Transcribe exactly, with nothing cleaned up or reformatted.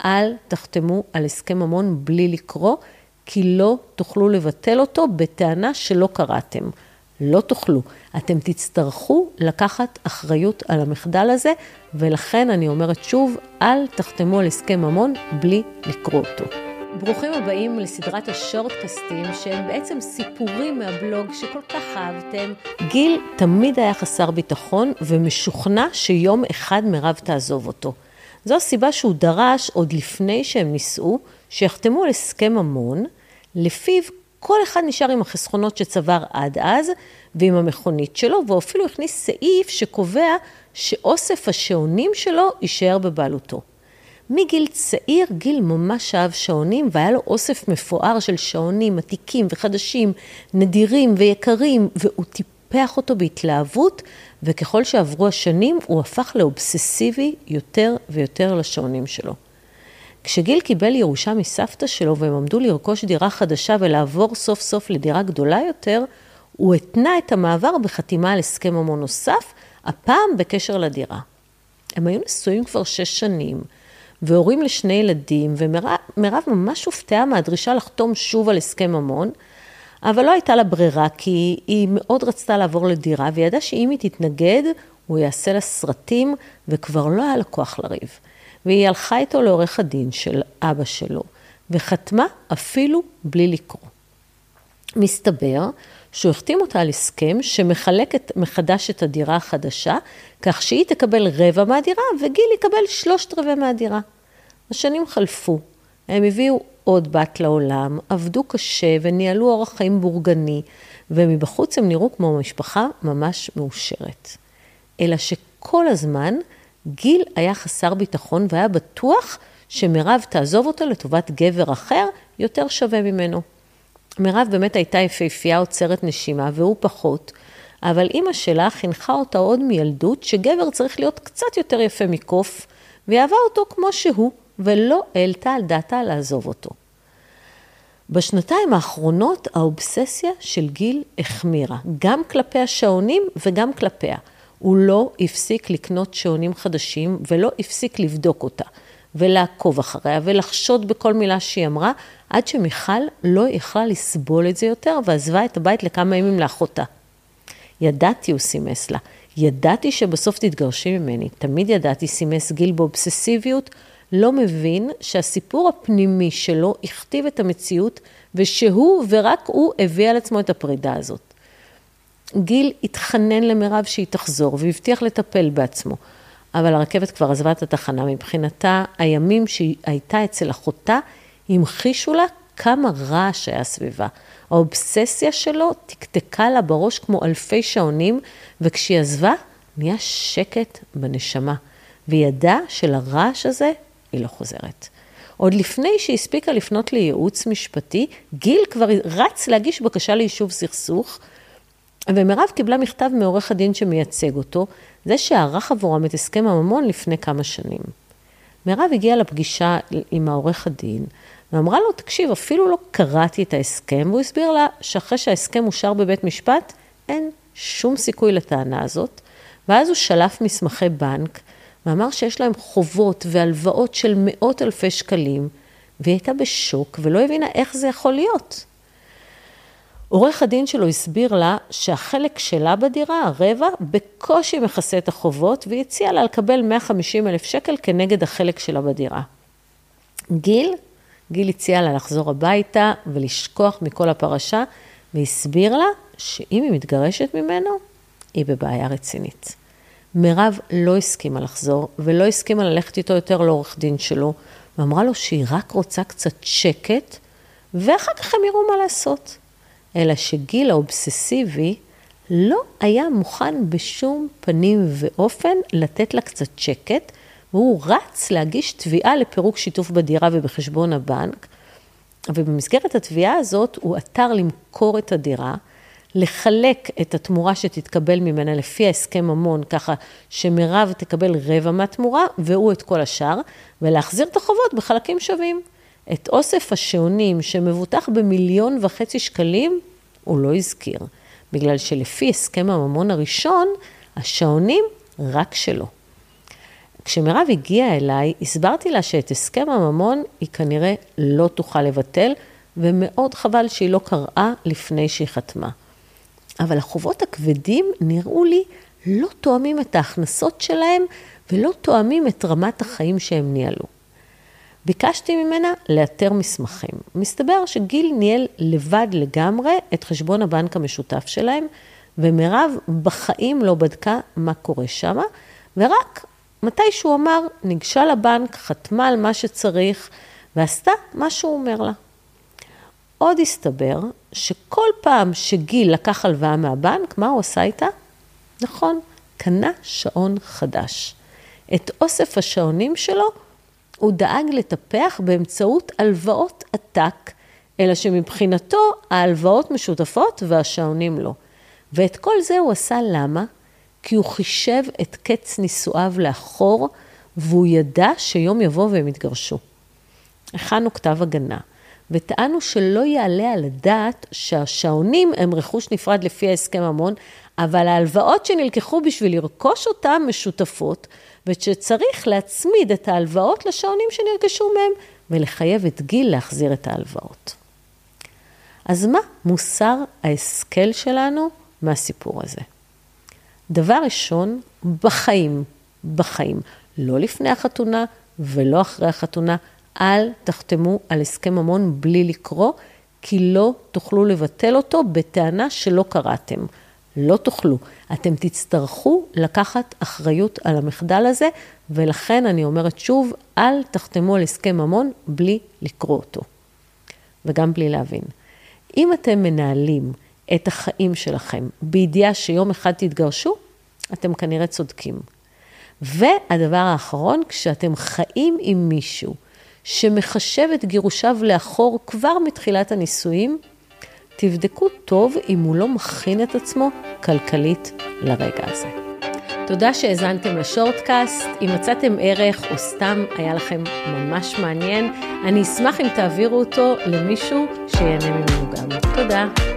אל תחתמו על הסכם ממון בלי לקרוא, כי לא תוכלו לבטל אותו בטענה שלא קראתם. לא תוכלו. אתם תצטרכו לקחת אחריות על המחדל הזה, ולכן אני אומרת שוב, אל תחתמו על הסכם ממון בלי לקרוא אותו. ברוכים הבאים לסדרת השורטקסטים, שהם בעצם סיפורים מהבלוג שכל כך אהבתם. גיל תמיד היה חסר ביטחון, ומשוכנע שיום אחד מירב תעזוב אותו. זו הסיבה שהוא דרש עוד לפני שהם נישאו, שיחתמו על הסכם ממון, לפיו כל אחד נשאר עם החסכונות שצבר עד אז, ועם המכונית שלו, ואפילו הכניס סעיף שקובע שאוסף השעונים שלו יישאר בבעלותו. מגיל צעיר, גיל ממש אהב שעונים, והיה לו אוסף מפואר של שעונים עתיקים וחדשים, נדירים ויקרים, והוא טיפח אותו בהתלהבות, וככל שעברו השנים הוא הפך לאובססיבי יותר ויותר לשעונים שלו. כשגיל קיבל ירושה מסבתא שלו והם עמדו לרכוש דירה חדשה ולעבור סוף סוף לדירה גדולה יותר, הוא התנה את המעבר בחתימה על הסכם ממון נוסף, הפעם בקשר לדירה. הם היו נשואים כבר שש שנים, והורים לשני ילדים, ומירב ממש הופתעה מהדרישה לחתום שוב על הסכם ממון, אבל לא הייתה לה ברירה, כי היא מאוד רצתה לעבור לדירה, וידעה שאם היא תתנגד, הוא יעשה לה סרטים, וכבר לא היה לה כוח לריב. והיא הלכה איתו לעורך הדין של אבא שלו, וחתמה אפילו בלי לקרוא. מסתבר שהוא החתים אותה על הסכם שמחלק את, מחדש את הדירה החדשה, כך שהיא תקבל רבע מהדירה, וגיל יקבל שלושת רבעי מהדירה. השנים חלפו, הם הביאו עוד בת לעולם, עבדו קשה וניהלו אורח חיים בורגני, ומבחוץ הם נראו כמו משפחה ממש מאושרת. אלא שכל הזמן גיל היה חסר ביטחון והיה בטוח שמירב תעזוב אותו לטובת גבר אחר יותר שווה ממנו. מירב באמת הייתה יפהפייה עוצרת נשימה והוא פחות, אבל אמא שלה חינכה אותה עוד מילדות שגבר צריך להיות קצת יותר יפה מקוף, ואהבה אותו כמו שהוא, ולא העלתה על דעתה לעזוב אותו. בשנתיים האחרונות האובססיה של גיל החמירה, גם כלפי השעונים וגם כלפיה. הוא לא הפסיק לקנות שעונים חדשים ולא הפסיק לבדוק אותה ולעקוב אחריה ולחשוד בכל מילה שהיא אמרה, עד שמיכל לא יכלה לסבול את זה יותר ועזבה את הבית לכמה ימים לאחותה. ידעתי, הוא סימס לה, ידעתי שבסוף תתגרשי ממני, תמיד ידעתי, סימס גיל באובססיביות, לא מבין שהסיפור הפנימי שלו הכתיב את המציאות ושהוא ורק הוא הביא על עצמו את הפרידה הזאת. גיל התחנן למירב שהיא תחזור והבטיח לטפל בעצמו, אבל הרכבת כבר עזבה את התחנה. מבחינתה, הימים שהיא הייתה אצל אחותה, המחישו לה כמה רעש היה סביבה. האובססיה שלו תקתקה לה בראש כמו אלפי שעונים, וכשהיא עזבה, נהיה שקט בנשמה, והיא ידעה שלרעש הזה היא לא חוזרת. עוד לפני שהספיקה לפנות לייעוץ משפטי, גיל כבר רץ להגיש בקשה ליישוב סכסוך, ומירב קיבלה מכתב מעורך הדין שמייצג אותו, זה שערך עבורם את הסכם הממון לפני כמה שנים. מירב הגיעה לפגישה עם העורך הדין, ואמרה לו, תקשיב, אפילו לא קראתי את ההסכם, והוא הסביר לה שאחרי שההסכם אושר בבית משפט, אין שום סיכוי לטענה הזאת, ואז הוא שלף מסמכי בנק, ואמר שיש להם חובות והלוואות של מאות אלפי שקלים, והיא הייתה בשוק ולא הבינה איך זה יכול להיות. עורך הדין שלו הסביר לה שהחלק שלה בדירה, הרבע, בקושי מכסה את החובות, והציע לה לקבל מאה וחמישים אלף שקל כנגד החלק שלה בדירה. גיל, גיל הציע לה לחזור הביתה ולשכוח מכל הפרשה, והסביר לה שאם היא מתגרשת ממנו, היא בבעיה רצינית. מירב לא הסכימה לחזור, ולא הסכימה ללכת איתו יותר לעורך דין שלו, ואמרה לו שהיא רק רוצה קצת שקט, ואחר כך הם יראו מה לעשות. אלא שגיל האובססיבי לא היה מוכן בשום פנים ואופן לתת לה קצת שקט, והוא רץ להגיש תביעה לפירוק שיתוף בדירה ובחשבון הבנק, ובמסגרת התביעה הזאת הוא עתר למכור את הדירה, לחלק את התמורה שתתקבל ממנה לפי ההסכם ממון, ככה שמירב תקבל רבע מהתמורה, והוא את כל השאר, ולהחזיר את החובות בחלקים שווים. את אוסף השעונים שמבוטח במיליון וחצי שקלים, הוא לא הזכיר, בגלל שלפי הסכם הממון הראשון, השעונים רק שלו. כשמירב הגיעה אליי, הסברתי לה שאת הסכם הממון היא כנראה לא תוכל לבטל, ומאוד חבל שהיא לא קראה לפני שהיא חתמה. אבל החובות הכבדים נראו לי לא תואמים את ההכנסות שלהם, ולא תואמים את רמת החיים שהם ניהלו. ביקשתי ממנה לאתר מסמכים. מסתבר שגיל ניהל לבד לגמרי את חשבון הבנק המשותף שלהם, ומירב בחיים לא בדקה מה קורה שם, ורק מתי שהוא אמר, ניגשה לבנק, חתמה על מה שצריך, ועשתה מה שהוא אומר לה. עוד הסתבר שכל פעם שגיל לקח הלוואה מהבנק, מה הוא עשה איתה? נכון, קנה שעון חדש. את אוסף השעונים שלו הוא דאג לטפח באמצעות הלוואות עתק, אלא שמבחינתו ההלוואות משותפות והשעונים לא. ואת כל זה הוא עשה למה? כי הוא חישב את קץ נישואיו לאחור, והוא ידע שיום יבוא והם יתגרשו. הכנו כתב הגנה, וטענו שלא יעלה על הדעת שהשעונים הם רכוש נפרד לפי ההסכם המון, אבל ההלוואות שנלקחו בשביל לרכוש אותם משותפות, ושצריך להצמיד את ההלוואות לשעונים שנרכשו מהם, ולחייב את גיל להחזיר את ההלוואות. אז מה מוסר ההשכל שלנו מהסיפור הזה? דבר ראשון, בחיים, בחיים, לא לפני החתונה ולא אחרי החתונה, אל תחתמו על הסכם ממון בלי לקרוא, כי לא תוכלו לבטל אותו בטענה שלא קראתם. לא תוכלו. אתם תצטרכו לקחת אחריות על המחדל הזה, ולכן אני אומרת שוב, אל תחתמו על הסכם ממון בלי לקרוא אותו. וגם בלי להבין. אם אתם מנהלים את החיים שלכם בידיעה שיום אחד תתגרשו, אתם כנראה צודקים. והדבר האחרון, כשאתם חיים עם מישהו שמחשב את גירושיו לאחור כבר מתחילת הנישואים, תבדקו טוב אם הוא לא מכין את עצמו כלכלית לרגע הזה. תודה שהזנתם לשורטקאסט. אם מצאתם ערך או סתם היה לכם ממש מעניין, אני אשמח אם תעבירו אותו למישהו שיהנה ממנו גם. תודה.